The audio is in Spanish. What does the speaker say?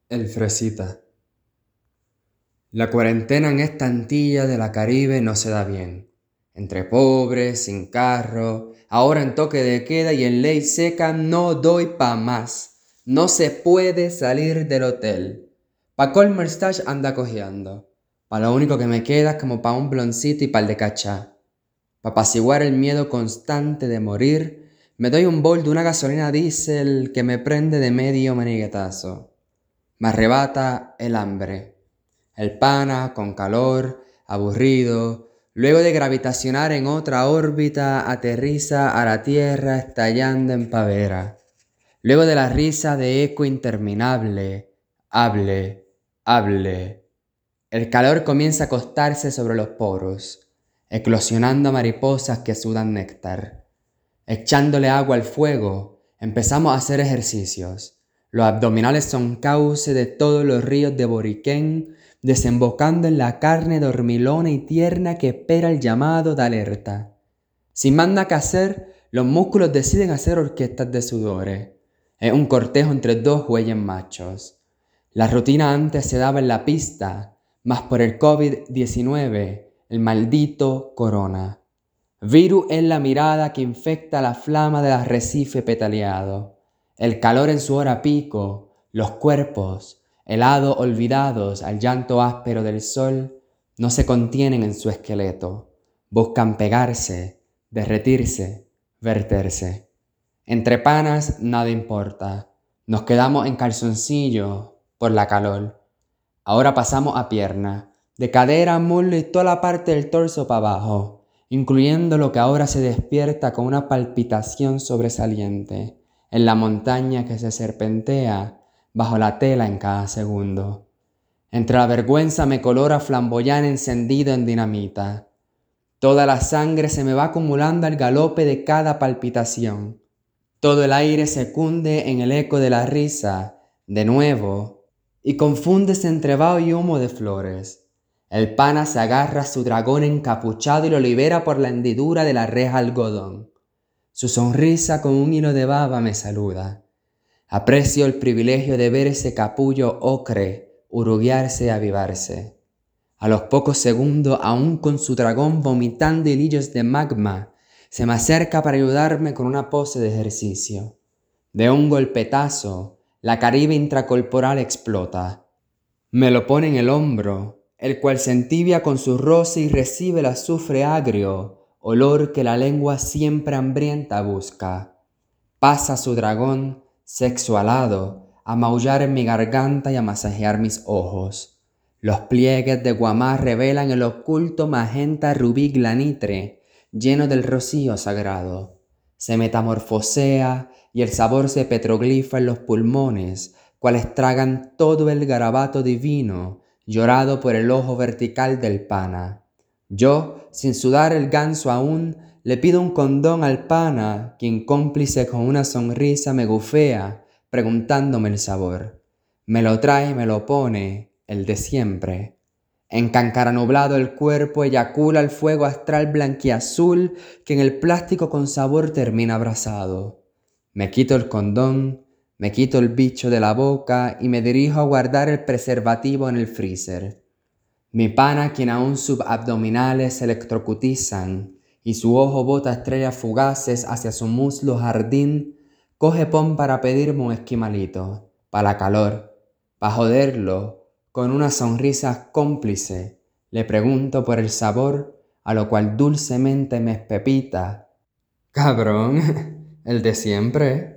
El fresita. La cuarentena en esta Antilla de la Caribe no se da bien. Entre pobres, sin carro, ahora en toque de queda y en ley seca no doy pa' más. No se puede salir del hotel. Pa' colmo el stash anda cojeando. Pa' lo único que me queda es como pa' un bloncito y pa'l de cachá. Pa' apaciguar el miedo constante de morir, me doy un bol de una gasolina diésel que me prende de medio maniguetazo. Me arrebata el hambre. El pana, con calor, aburrido, luego de gravitacionar en otra órbita, aterriza a la Tierra estallando en pavera. Luego de la risa de eco interminable, hable, hable. El calor comienza a acostarse sobre los poros, eclosionando mariposas que sudan néctar. Echándole agua al fuego, empezamos a hacer ejercicios. Los abdominales son cauce de todos los ríos de Boriquén, desembocando en la carne dormilona y tierna que espera el llamado de alerta. Sin más nada que hacer, los músculos deciden hacer orquestas de sudores. Es un cortejo entre dos güeyes machos. La rutina antes se daba en la pista, mas por el COVID-19, el maldito corona. Virus es la mirada que infecta la flama del arrecife petaleado. El calor en su hora pico, los cuerpos, helados olvidados al llanto áspero del sol, no se contienen en su esqueleto. Buscan pegarse, derretirse, verterse. Entre panas nada importa. Nos quedamos en calzoncillo por la calor. Ahora pasamos a pierna, de cadera, muslo y toda la parte del torso para abajo, incluyendo lo que ahora se despierta con una palpitación sobresaliente en la montaña que se serpentea bajo la tela en cada segundo. Entre la vergüenza me colora flamboyán encendido en dinamita. Toda la sangre se me va acumulando al galope de cada palpitación. Todo el aire se cunde en el eco de la risa, de nuevo, y confúndese entre vaho y humo de flores. El pana se agarra a su dragón encapuchado y lo libera por la hendidura de la reja algodón. Su sonrisa con un hilo de baba me saluda. Aprecio el privilegio de ver ese capullo ocre uruguiarse y avivarse. A los pocos segundos, aún con su dragón vomitando hilillos de magma, se me acerca para ayudarme con una pose de ejercicio. De un golpetazo, la Caribe intracorporal explota. Me lo pone en el hombro, el cual se entibia con su roce y recibe el azufre agrio, olor que la lengua siempre hambrienta busca. Pasa su dragón, sexo alado, a maullar en mi garganta y a masajear mis ojos. Los pliegues de guamá revelan el oculto magenta rubí glanitre, lleno del rocío sagrado. Se metamorfosea y el sabor se petroglifa en los pulmones, cuales tragan todo el garabato divino, llorado por el ojo vertical del pana. Yo, sin sudar el ganso aún, le pido un condón al pana, quien cómplice con una sonrisa me gufea, preguntándome el sabor. Me lo trae y me lo pone, el de siempre. Encancaranublado el cuerpo eyacula el fuego astral blanquiazul que en el plástico con sabor termina abrasado. Me quito el condón, me quito el bicho de la boca y me dirijo a guardar el preservativo en el freezer. Mi pana, quien aún subabdominales se electrocutizan y su ojo bota estrellas fugaces hacia su muslo jardín, coge pon para pedirme un esquimalito, pa' la calor, pa' joderlo, con una sonrisa cómplice, le pregunto por el sabor, a lo cual dulcemente me espepita. Cabrón, el de siempre.